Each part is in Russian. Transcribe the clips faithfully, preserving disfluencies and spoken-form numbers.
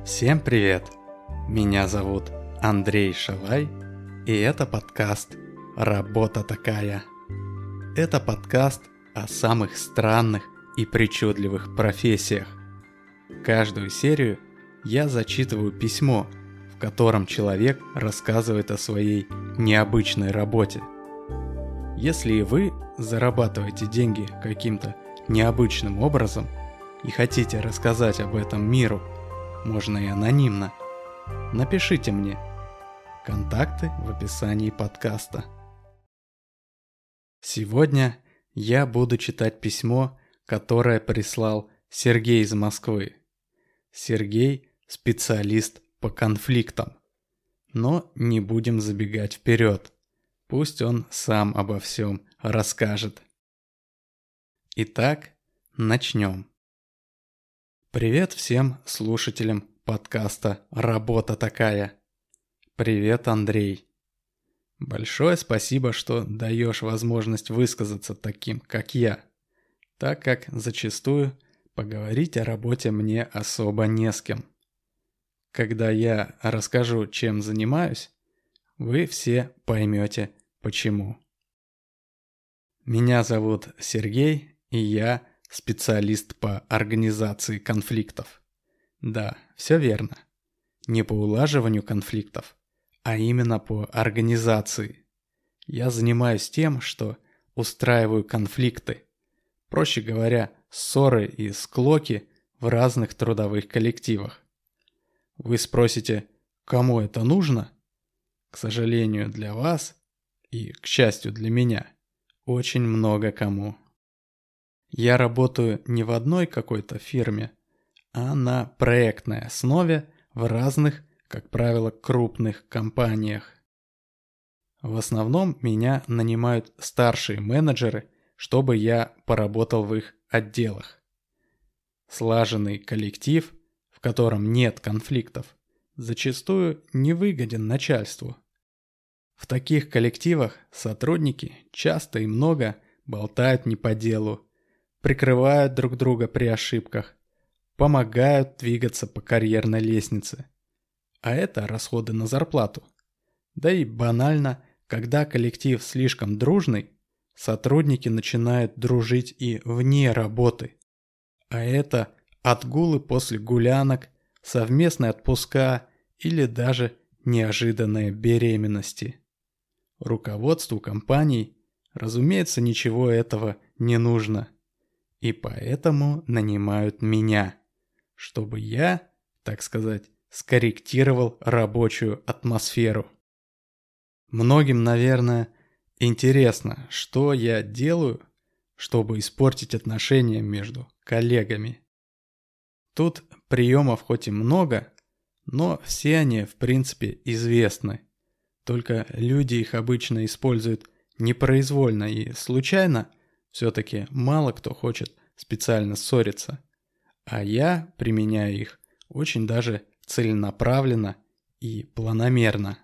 Всем привет! Меня зовут Андрей Шалай, и это подкаст «Работа такая». Это подкаст о самых странных и причудливых профессиях. Каждую серию я зачитываю письмо, в котором человек рассказывает о своей необычной работе. Если и вы зарабатываете деньги каким-то необычным образом и хотите рассказать об этом миру, можно и анонимно, напишите мне. Контакты в описании подкаста. Сегодня я буду читать письмо, которое прислал Сергей из Москвы. Сергей – специалист по конфликтам. Но не будем забегать вперед. Пусть он сам обо всем расскажет. Итак, начнем. Привет всем слушателям подкаста «Работа такая». Привет, Андрей. Большое спасибо, что даешь возможность высказаться таким, как я, так как зачастую поговорить о работе мне особо не с кем. Когда я расскажу, чем занимаюсь, вы все поймете, почему. Меня зовут Сергей, и я специалист по организации конфликтов. Да, все верно. Не по улаживанию конфликтов, а именно по организации. Я занимаюсь тем, что устраиваю конфликты, проще говоря, ссоры и склоки в разных трудовых коллективах. Вы спросите, кому это нужно? К сожалению, для вас и, к счастью, для меня, очень много кому. Я работаю не в одной какой-то фирме, а на проектной основе в разных, как правило, крупных компаниях. В основном меня нанимают старшие менеджеры, чтобы я поработал в их отделах. Слаженный коллектив, в котором нет конфликтов, зачастую невыгоден начальству. В таких коллективах сотрудники часто и много болтают не по делу, прикрывают друг друга при ошибках, помогают двигаться по карьерной лестнице. А это расходы на зарплату. Да и банально, когда коллектив слишком дружный, сотрудники начинают дружить и вне работы. А это отгулы после гулянок, совместные отпуска или даже неожиданные беременности. Руководству компаний, разумеется, ничего этого не нужно. И поэтому нанимают меня, чтобы я, так сказать, скорректировал рабочую атмосферу. Многим, наверное, интересно, что я делаю, чтобы испортить отношения между коллегами. Тут приемов хоть и много, но все они, в принципе, известны. Только люди их обычно используют непроизвольно и случайно. Все-таки мало кто хочет специально ссориться, а я применяю их очень даже целенаправленно и планомерно.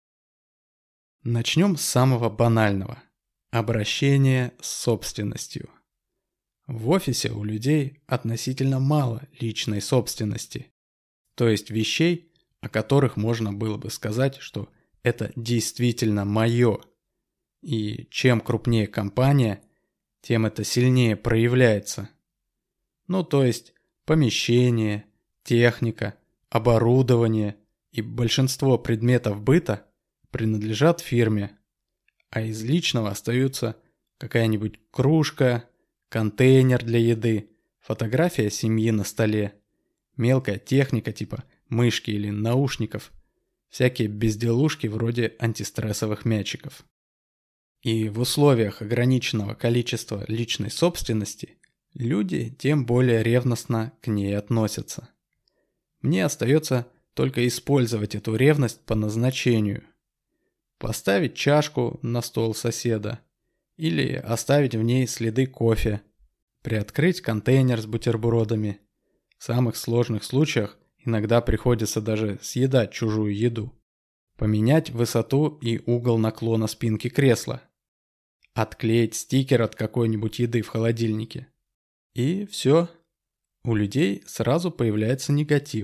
Начнем с самого банального – обращение с собственностью. В офисе у людей относительно мало личной собственности, то есть вещей, о которых можно было бы сказать, что это действительно мое. И чем крупнее компания, тем это сильнее проявляется. Ну, то есть помещение, техника, оборудование и большинство предметов быта принадлежат фирме, а из личного остаются какая-нибудь кружка, контейнер для еды, фотография семьи на столе, мелкая техника типа мышки или наушников, всякие безделушки вроде антистрессовых мячиков. И в условиях ограниченного количества личной собственности люди тем более ревностно к ней относятся. Мне остается только использовать эту ревность по назначению. Поставить чашку на стол соседа или оставить в ней следы кофе, приоткрыть контейнер с бутербродами. В самых сложных случаях иногда приходится даже съедать чужую еду. Поменять высоту и угол наклона спинки кресла. Отклеить стикер от какой-нибудь еды в холодильнике. И все. У людей сразу появляется негатив,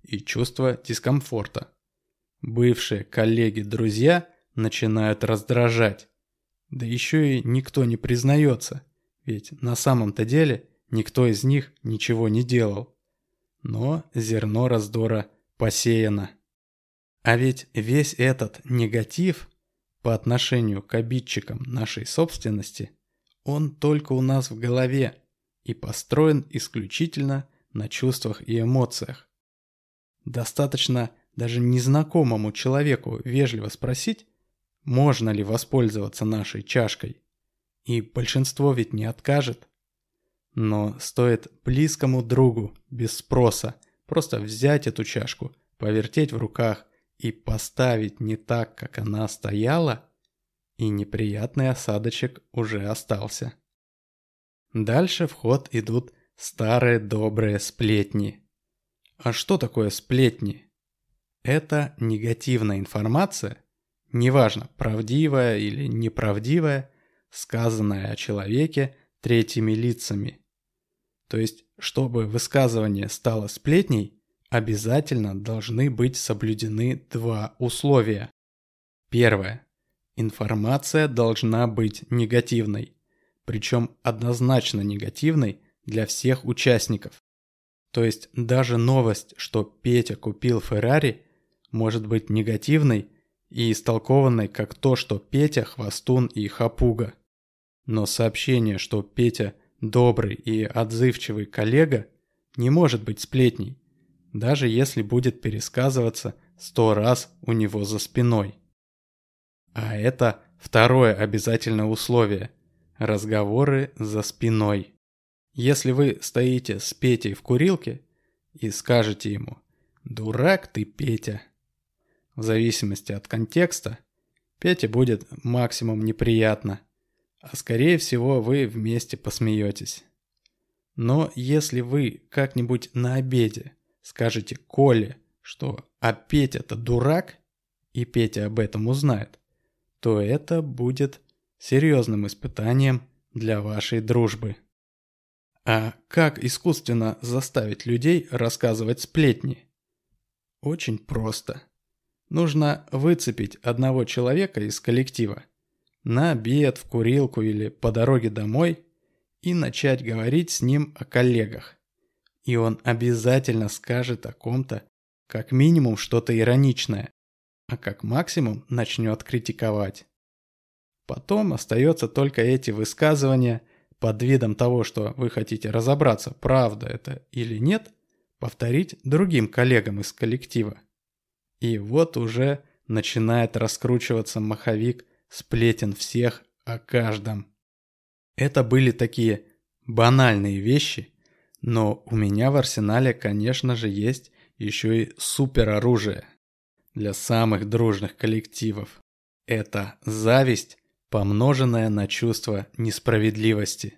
и чувство дискомфорта. Бывшие коллеги-друзья начинают раздражать. Да еще и никто не признается, ведь на самом-то деле никто из них ничего не делал. Но зерно раздора посеяно. А ведь весь этот негатив по отношению к обидчикам нашей собственности, он только у нас в голове и построен исключительно на чувствах и эмоциях. Достаточно даже незнакомому человеку вежливо спросить, можно ли воспользоваться нашей чашкой. И большинство ведь не откажет. Но стоит близкому другу без спроса просто взять эту чашку, повертеть в руках и поставить не так, как она стояла, и неприятный осадочек уже остался. Дальше в ход идут старые добрые сплетни. А что такое сплетни? Это негативная информация, неважно, правдивая или неправдивая, сказанная о человеке третьими лицами. То есть, чтобы высказывание стало сплетней, обязательно должны быть соблюдены два условия. Первое. Информация должна быть негативной, причем однозначно негативной для всех участников. То есть даже новость, что Петя купил Феррари, может быть негативной и истолкованной как то, что Петя хвостун и хапуга. Но сообщение, что Петя добрый и отзывчивый коллега, не может быть сплетней, даже если будет пересказываться сто раз у него за спиной. А это второе обязательное условие – разговоры за спиной. Если вы стоите с Петей в курилке и скажете ему «Дурак ты, Петя», в зависимости от контекста, Пете будет максимум неприятно, а скорее всего вы вместе посмеетесь. Но если вы как-нибудь на обеде скажете Коле, что «а Петя-то дурак», и Петя об этом узнает, то это будет серьезным испытанием для вашей дружбы. А как искусственно заставить людей рассказывать сплетни? Очень просто. Нужно выцепить одного человека из коллектива на обед, в курилку или по дороге домой и начать говорить с ним о коллегах. И он обязательно скажет о ком-то как минимум что-то ироничное, а как максимум начнет критиковать. Потом остается только эти высказывания под видом того, что вы хотите разобраться, правда это или нет, повторить другим коллегам из коллектива. И вот уже начинает раскручиваться маховик сплетен всех о каждом. Это были такие банальные вещи, но у меня в арсенале, конечно же, есть еще и супероружие для самых дружных коллективов. Это зависть, помноженная на чувство несправедливости.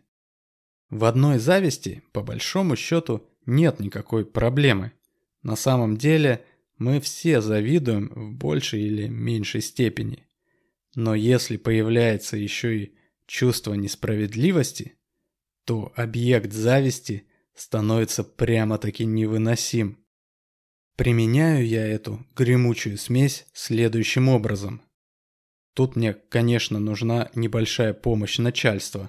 В одной зависти, по большому счету, нет никакой проблемы. На самом деле, мы все завидуем в большей или меньшей степени. Но если появляется еще и чувство несправедливости, то объект зависти становится прямо-таки невыносим. Применяю я эту гремучую смесь следующим образом. Тут мне, конечно, нужна небольшая помощь начальства.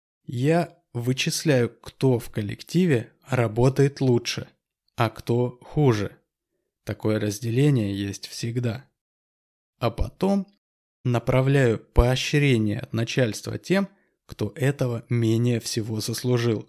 Я вычисляю, кто в коллективе работает лучше, а кто хуже. Такое разделение есть всегда. А потом направляю поощрение от начальства тем, кто этого менее всего заслужил.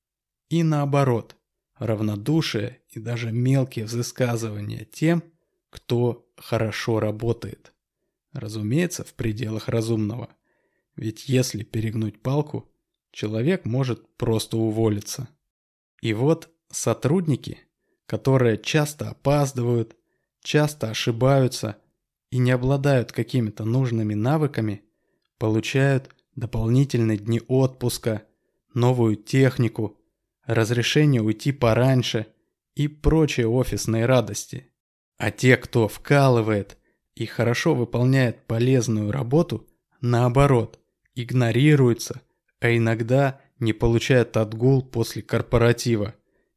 И наоборот, равнодушие и даже мелкие взысказывания тем, кто хорошо работает. Разумеется, в пределах разумного. Ведь если перегнуть палку, человек может просто уволиться. И вот сотрудники, которые часто опаздывают, часто ошибаются и не обладают какими-то нужными навыками, получают дополнительные дни отпуска, новую технику, разрешение уйти пораньше и прочие офисные радости. А те, кто вкалывает и хорошо выполняет полезную работу, наоборот, игнорируются, а иногда не получают отгул после корпоратива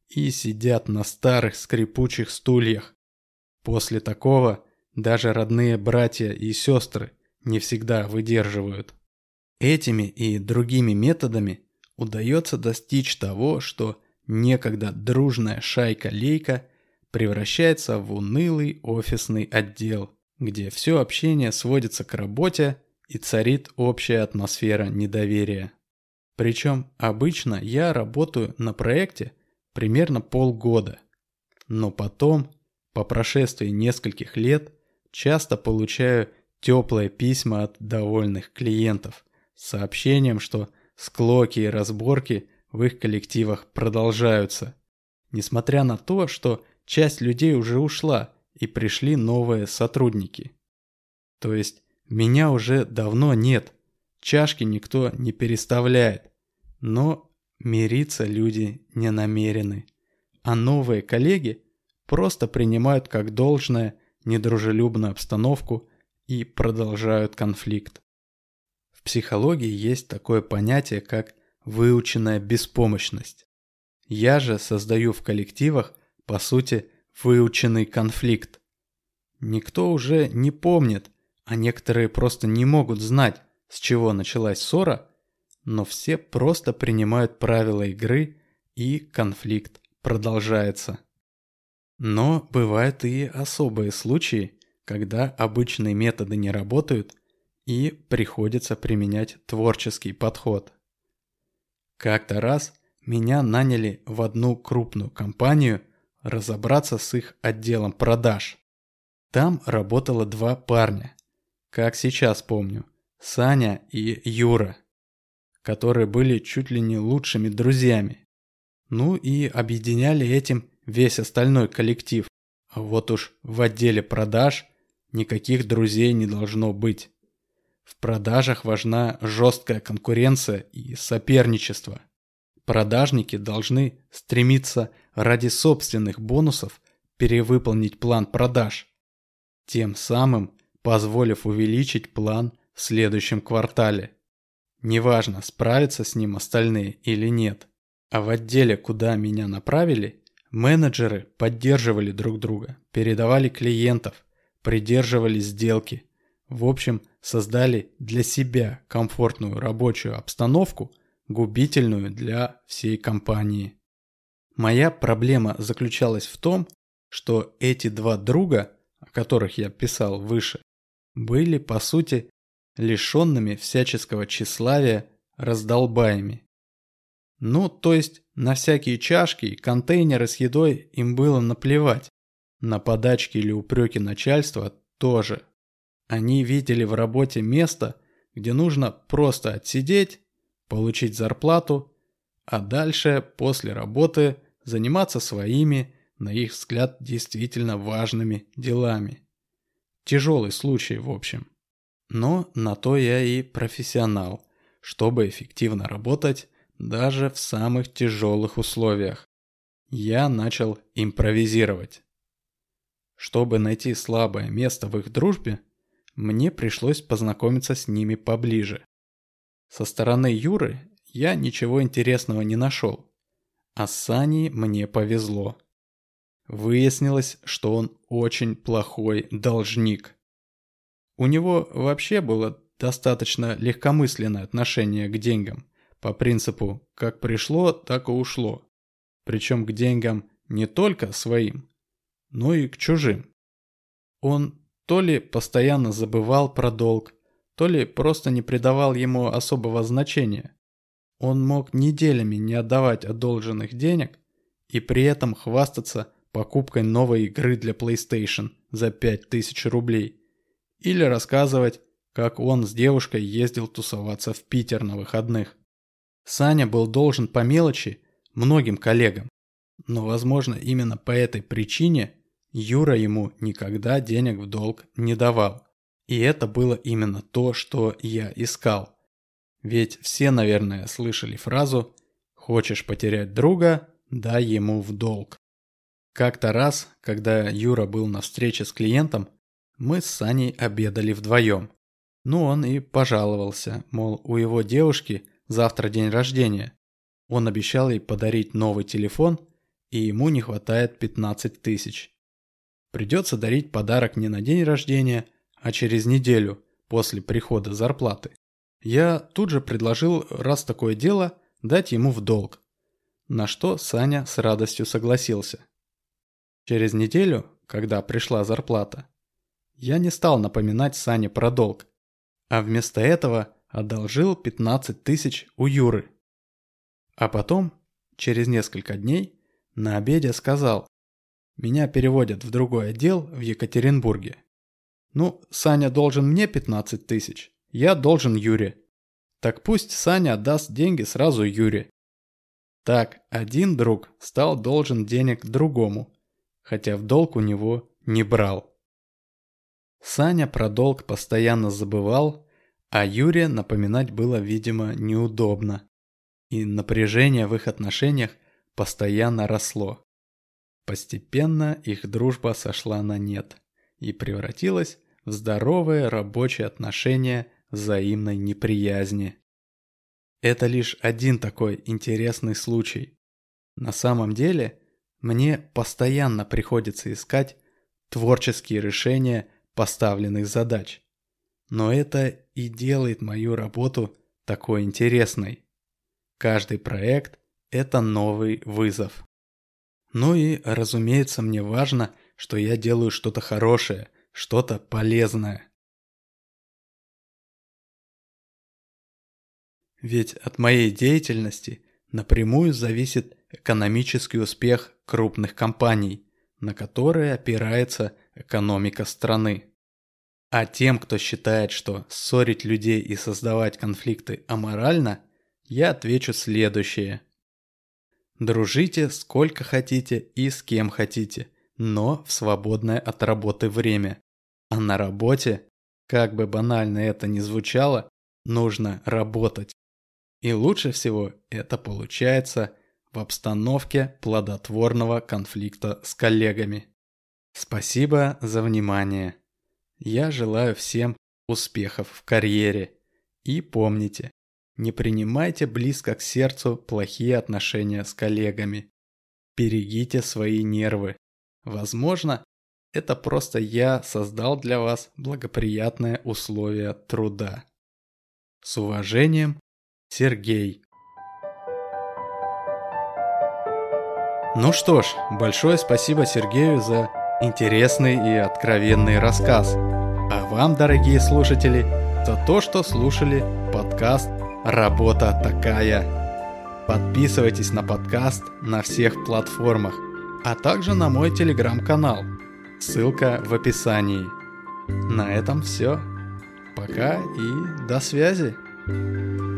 и сидят на старых скрипучих стульях. После такого даже родные братья и сестры не всегда выдерживают. Этими и другими методами удается достичь того, что некогда дружная шайка-лейка превращается в унылый офисный отдел, где все общение сводится к работе и царит общая атмосфера недоверия. Причем обычно я работаю на проекте примерно полгода, но потом, по прошествии нескольких лет, часто получаю теплые письма от довольных клиентов с сообщением, что склоки и разборки в их коллективах продолжаются, несмотря на то, что часть людей уже ушла и пришли новые сотрудники. То есть меня уже давно нет, чашки никто не переставляет, но мириться люди не намерены, а новые коллеги просто принимают как должное недружелюбную обстановку и продолжают конфликт. В психологии есть такое понятие, как выученная беспомощность. Я же создаю в коллективах, по сути, выученный конфликт. Никто уже не помнит, а некоторые просто не могут знать, с чего началась ссора, но все просто принимают правила игры, и конфликт продолжается. Но бывают и особые случаи, когда обычные методы не работают, и приходится применять творческий подход. Как-то раз меня наняли в одну крупную компанию разобраться с их отделом продаж. Там работало два парня, как сейчас помню, Саня и Юра, которые были чуть ли не лучшими друзьями. Ну и объединяли этим весь остальной коллектив. А вот уж в отделе продаж никаких друзей не должно быть. В продажах важна жесткая конкуренция и соперничество. Продажники должны стремиться ради собственных бонусов перевыполнить план продаж, тем самым позволив увеличить план в следующем квартале. Неважно, справятся с ним остальные или нет. А в отделе, куда меня направили, менеджеры поддерживали друг друга, передавали клиентов, придерживали сделки. В общем, создали для себя комфортную рабочую обстановку, губительную для всей компании. Моя проблема заключалась в том, что эти два друга, о которых я писал выше, были, по сути, лишенными всяческого тщеславия раздолбаями. Ну, то есть на всякие чашки и контейнеры с едой им было наплевать, на подачки или упреки начальства тоже. Они видели в работе место, где нужно просто отсидеть, получить зарплату, а дальше, после работы, заниматься своими, на их взгляд, действительно важными делами. Тяжелый случай, в общем. Но на то я и профессионал, чтобы эффективно работать даже в самых тяжелых условиях. Я начал импровизировать. Чтобы найти слабое место в их дружбе, мне пришлось познакомиться с ними поближе. Со стороны Юры я ничего интересного не нашел, а с Саней мне повезло. Выяснилось, что он очень плохой должник. У него вообще было достаточно легкомысленное отношение к деньгам, по принципу «как пришло, так и ушло». Причем к деньгам не только своим, но и к чужим. Он то ли постоянно забывал про долг, то ли просто не придавал ему особого значения. Он мог неделями не отдавать одолженных денег и при этом хвастаться покупкой новой игры для PlayStation за пять тысяч рублей или рассказывать, как он с девушкой ездил тусоваться в Питер на выходных. Саня был должен по мелочи многим коллегам, но, возможно, именно по этой причине Юра ему никогда денег в долг не давал. И это было именно то, что я искал. Ведь все, наверное, слышали фразу «хочешь потерять друга, дай ему в долг». Как-то раз, когда Юра был на встрече с клиентом, мы с Саней обедали вдвоем. Ну, он и пожаловался, мол, у его девушки завтра день рождения. Он обещал ей подарить новый телефон и ему не хватает пятнадцать тысяч. Придется дарить подарок не на день рождения, а через неделю после прихода зарплаты. Я тут же предложил, раз такое дело, дать ему в долг, на что Саня с радостью согласился. Через неделю, когда пришла зарплата, я не стал напоминать Сане про долг, а вместо этого одолжил пятнадцать тысяч у Юры. А потом, через несколько дней, на обеде сказал: меня переводят в другой отдел в Екатеринбурге. Ну, Саня должен мне пятнадцать тысяч, я должен Юре. Так пусть Саня отдаст деньги сразу Юре. Так, один друг стал должен денег другому, хотя в долг у него не брал. Саня про долг постоянно забывал, а Юре напоминать было, видимо, неудобно. И напряжение в их отношениях постоянно росло. Постепенно их дружба сошла на нет и превратилась в здоровые рабочие отношения взаимной неприязни. Это лишь один такой интересный случай. На самом деле, мне постоянно приходится искать творческие решения поставленных задач. Но это и делает мою работу такой интересной. Каждый проект – это новый вызов. Ну и, разумеется, мне важно, что я делаю что-то хорошее, что-то полезное. Ведь от моей деятельности напрямую зависит экономический успех крупных компаний, на которые опирается экономика страны. А тем, кто считает, что ссорить людей и создавать конфликты аморально, я отвечу следующее. Дружите сколько хотите и с кем хотите, но в свободное от работы время. А на работе, как бы банально это ни звучало, нужно работать. И лучше всего это получается в обстановке плодотворного конфликта с коллегами. Спасибо за внимание. Я желаю всем успехов в карьере. И помните, не принимайте близко к сердцу плохие отношения с коллегами. Берегите свои нервы. Возможно, это просто я создал для вас благоприятные условия труда. С уважением, Сергей. Ну что ж, большое спасибо Сергею за интересный и откровенный рассказ. А вам, дорогие слушатели, за то, что слушали подкаст «Работа такая». Подписывайтесь на подкаст на всех платформах, а также на мой телеграм-канал. Ссылка в описании. На этом все. Пока и до связи.